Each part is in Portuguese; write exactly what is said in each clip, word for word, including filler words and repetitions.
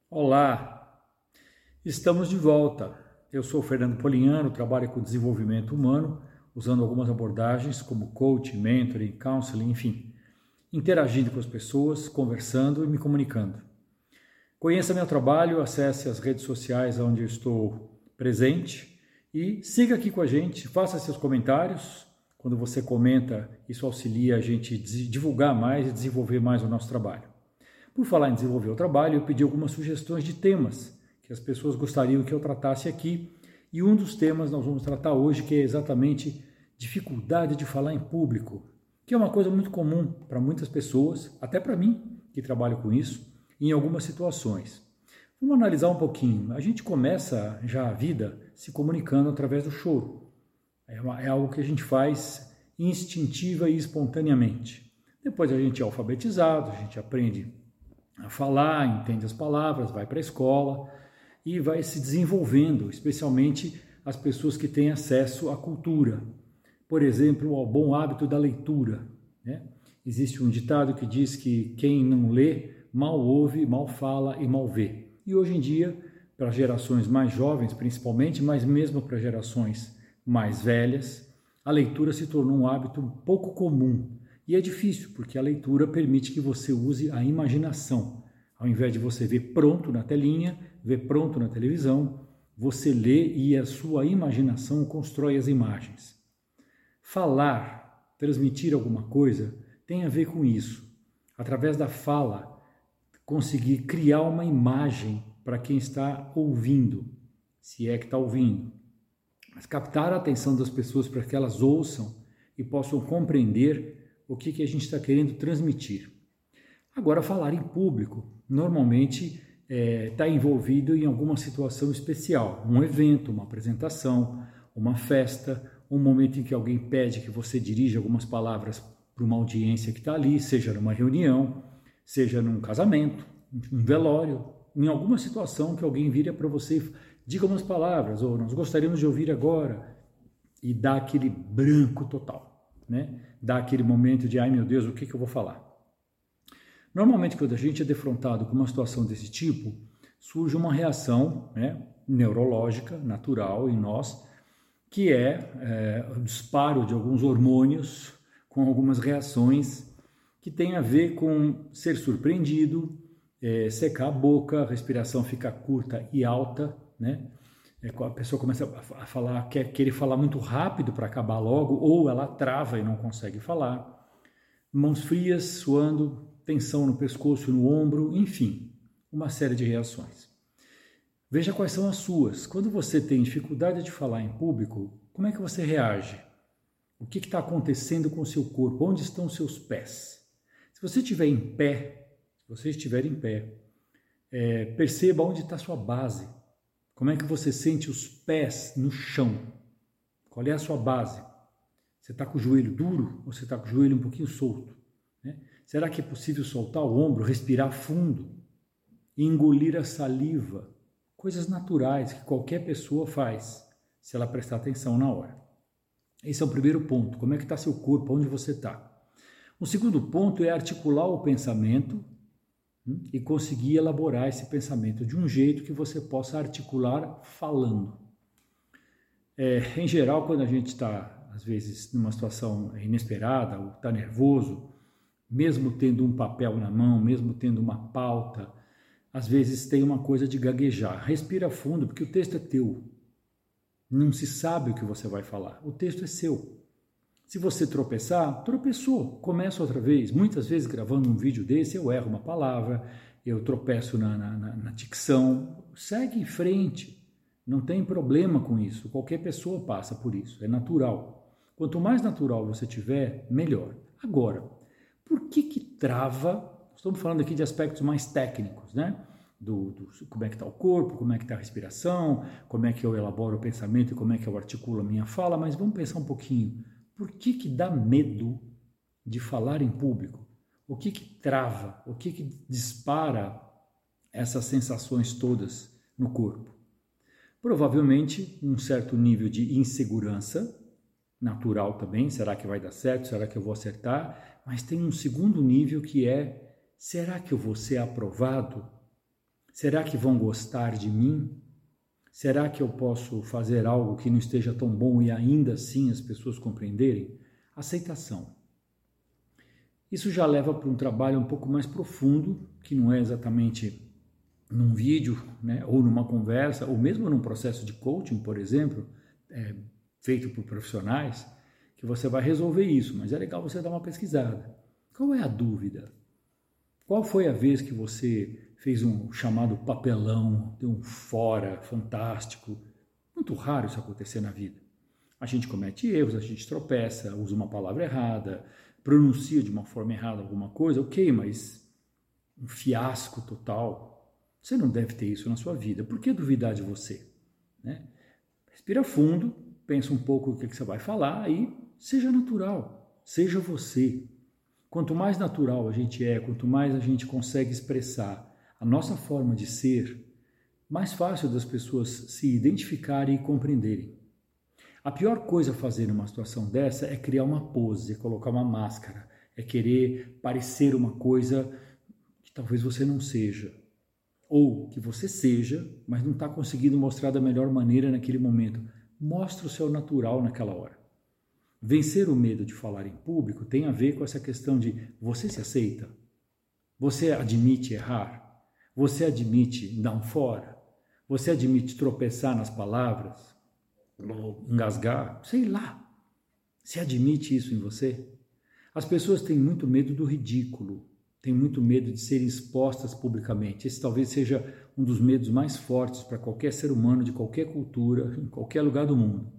Olá, estamos de volta. Eu sou Fernando Polignano, trabalho com desenvolvimento humano, usando algumas abordagens como coaching, mentoring, counseling, enfim, interagindo com as pessoas, conversando e me comunicando. Conheça meu trabalho, acesse as redes sociais onde eu estou presente e siga aqui com a gente, faça seus comentários. Quando você comenta, isso auxilia a gente divulgar mais e desenvolver mais o nosso trabalho. Por falar em desenvolver o trabalho, eu pedi algumas sugestões de temas que as pessoas gostariam que eu tratasse aqui, e um dos temas nós vamos tratar hoje, que é exatamente dificuldade de falar em público, que é uma coisa muito comum para muitas pessoas, até para mim, que trabalho com isso, em algumas situações. Vamos analisar um pouquinho. A gente começa já a vida se comunicando através do choro. É, uma, é algo que a gente faz instintiva e espontaneamente. Depois a gente é alfabetizado, a gente aprende a falar, entende as palavras, vai para a escola e vai se desenvolvendo, especialmente as pessoas que têm acesso à cultura. Por exemplo, ao bom hábito da leitura, né? Existe um ditado que diz que quem não lê, mal ouve, mal fala e mal vê. E hoje em dia, para gerações mais jovens principalmente, mas mesmo para gerações mais velhas, a leitura se tornou um hábito pouco comum. E é difícil, porque a leitura permite que você use a imaginação. Ao invés de você ver pronto na telinha, ver pronto na televisão, você lê e a sua imaginação constrói as imagens. Falar, transmitir alguma coisa, tem a ver com isso. Através da fala, conseguir criar uma imagem para quem está ouvindo, se é que está ouvindo. Mas captar a atenção das pessoas para que elas ouçam e possam compreender o que, que a gente está querendo transmitir. Agora, falar em público, normalmente está é, envolvido em alguma situação especial, um evento, uma apresentação, uma festa, um momento em que alguém pede que você dirija algumas palavras para uma audiência que está ali, seja numa reunião, seja num casamento, um velório, em alguma situação que alguém vira para você e diga umas palavras, ou nós gostaríamos de ouvir agora, e dá aquele branco total. Né? Dá aquele momento de, ai meu Deus, o que, que eu vou falar? Normalmente, quando a gente é defrontado com uma situação desse tipo, surge uma reação, né, neurológica, natural em nós, que é, é o disparo de alguns hormônios com algumas reações que tem a ver com ser surpreendido, é, secar a boca, a respiração fica curta e alta, né? A pessoa começa a falar, quer querer falar muito rápido para acabar logo, ou ela trava e não consegue falar. Mãos frias, suando, tensão no pescoço, no ombro, enfim, uma série de reações. Veja quais são as suas. Quando você tem dificuldade de falar em público, como é que você reage? O que está acontecendo com o seu corpo? Onde estão os seus pés? Se você estiver em pé, se você estiver em pé, é, perceba onde está a sua base. Como é que você sente os pés no chão? Qual é a sua base? Você está com o joelho duro ou você está com o joelho um pouquinho solto? Né? Será que é possível soltar o ombro, respirar fundo, engolir a saliva? Coisas naturais que qualquer pessoa faz, se ela prestar atenção na hora. Esse é o primeiro ponto. Como é que está seu corpo? Onde você está? O segundo ponto é articular o pensamento e conseguir elaborar esse pensamento de um jeito que você possa articular falando. É, em geral, quando a gente está, às vezes, numa situação inesperada, ou está nervoso, mesmo tendo um papel na mão, mesmo tendo uma pauta, às vezes tem uma coisa de gaguejar. Respira fundo, porque o texto é teu. Não se sabe o que você vai falar. O texto é seu. Se você tropeçar, tropeçou, começa outra vez. Muitas vezes, gravando um vídeo desse, eu erro uma palavra, eu tropeço na, na, na, na dicção. Segue em frente, não tem problema com isso. Qualquer pessoa passa por isso, é natural. Quanto mais natural você tiver, melhor. Agora, por que que trava? Estamos falando aqui de aspectos mais técnicos, né? Do, do, como é que está o corpo, como é que está a respiração, como é que eu elaboro o pensamento e como é que eu articulo a minha fala, mas vamos pensar um pouquinho. Por que que dá medo de falar em público? O que que trava? O que que dispara essas sensações todas no corpo? Provavelmente um certo nível de insegurança, natural também, será que vai dar certo? Será que eu vou acertar? Mas tem um segundo nível que é, será que eu vou ser aprovado? Será que vão gostar de mim? Será que eu posso fazer algo que não esteja tão bom e ainda assim as pessoas compreenderem? Aceitação. Isso já leva para um trabalho um pouco mais profundo, que não é exatamente num vídeo, né, ou numa conversa, ou mesmo num processo de coaching, por exemplo, é, feito por profissionais, que você vai resolver isso, mas é legal você dar uma pesquisada. Qual é a dúvida? Qual foi a vez que você fez um chamado papelão, deu um fora fantástico? Muito raro isso acontecer na vida. A gente comete erros, a gente tropeça, usa uma palavra errada, pronuncia de uma forma errada alguma coisa, ok, mas um fiasco total. Você não deve ter isso na sua vida. Por que duvidar de você? Né? Respira fundo, pensa um pouco o que você vai falar e seja natural, seja você. Quanto mais natural a gente é, quanto mais a gente consegue expressar a nossa forma de ser, mais fácil das pessoas se identificarem e compreenderem. A pior coisa a fazer numa situação dessa é criar uma pose, é colocar uma máscara, é querer parecer uma coisa que talvez você não seja. Ou que você seja, mas não está conseguindo mostrar da melhor maneira naquele momento. Mostra o seu natural naquela hora. Vencer o medo de falar em público tem a ver com essa questão de você se aceita? Você admite errar? Você admite dar um fora? Você admite tropeçar nas palavras? Ou engasgar? Sei lá. Você admite isso em você? As pessoas têm muito medo do ridículo, têm muito medo de serem expostas publicamente. Esse talvez seja um dos medos mais fortes para qualquer ser humano de qualquer cultura, em qualquer lugar do mundo.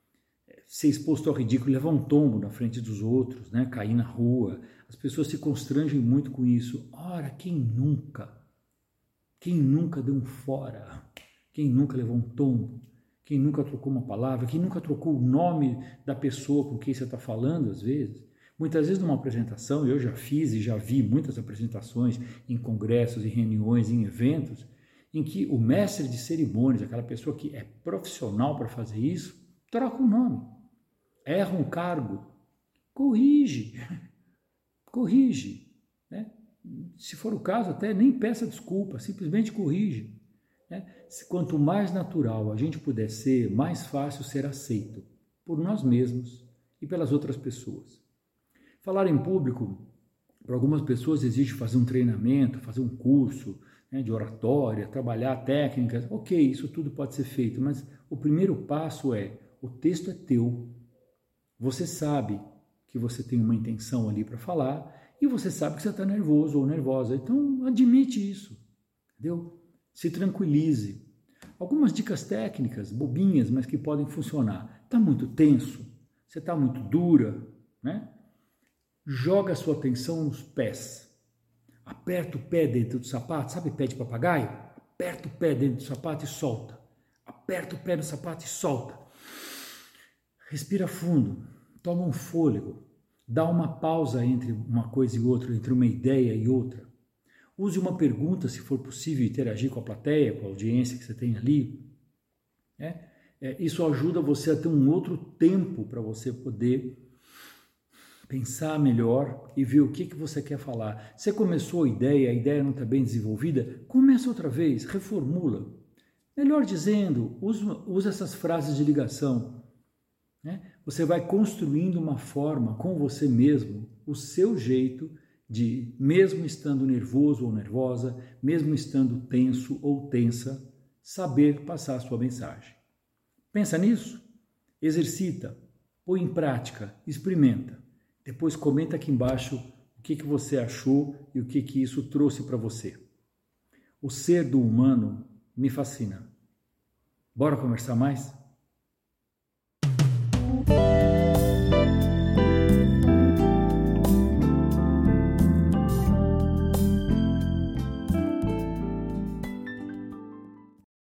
Ser exposto ao ridículo, levar um tombo na frente dos outros, né? Cair na rua. As pessoas se constrangem muito com isso. Ora, quem nunca? Quem nunca deu um fora? Quem nunca levou um tombo? Quem nunca trocou uma palavra? Quem nunca trocou o nome da pessoa com quem você está falando, às vezes? Muitas vezes numa apresentação, eu já fiz e já vi muitas apresentações em congressos, em reuniões, em eventos, em que o mestre de cerimônias, aquela pessoa que é profissional para fazer isso, troca o nome. Erra um cargo, corrige, corrige, né? Se for o caso, até nem peça desculpa, simplesmente corrige. Né? Quanto mais natural a gente puder ser, mais fácil ser aceito por nós mesmos e pelas outras pessoas. Falar em público, para algumas pessoas exige fazer um treinamento, fazer um curso, né, de oratória, trabalhar técnicas. Ok, isso tudo pode ser feito, mas o primeiro passo é, o texto é teu. Você sabe que você tem uma intenção ali para falar e você sabe que você está nervoso ou nervosa. Então, admite isso, entendeu? Se tranquilize. Algumas dicas técnicas, bobinhas, mas que podem funcionar. Está muito tenso? Você está muito dura? Né? Joga a sua atenção nos pés. Aperta o pé dentro do sapato, sabe pé de papagaio? Aperta o pé dentro do sapato e solta. Aperta o pé no sapato e solta. Respira fundo, toma um fôlego, dá uma pausa entre uma coisa e outra, entre uma ideia e outra. Use uma pergunta, se for possível, interagir com a plateia, com a audiência que você tem ali. É, é, isso ajuda você a ter um outro tempo para você poder pensar melhor e ver o que, que você quer falar. Você começou a ideia, a ideia não está bem desenvolvida, começa outra vez, reformula. Melhor dizendo, usa, usa essas frases de ligação. Né? Você vai construindo uma forma com você mesmo, o seu jeito de, mesmo estando nervoso ou nervosa, mesmo estando tenso ou tensa, saber passar a sua mensagem. Pensa nisso, exercita, põe em prática, experimenta. Depois comenta aqui embaixo o que, que você achou e o que, que isso trouxe para você. O ser do humano me fascina. Bora conversar mais?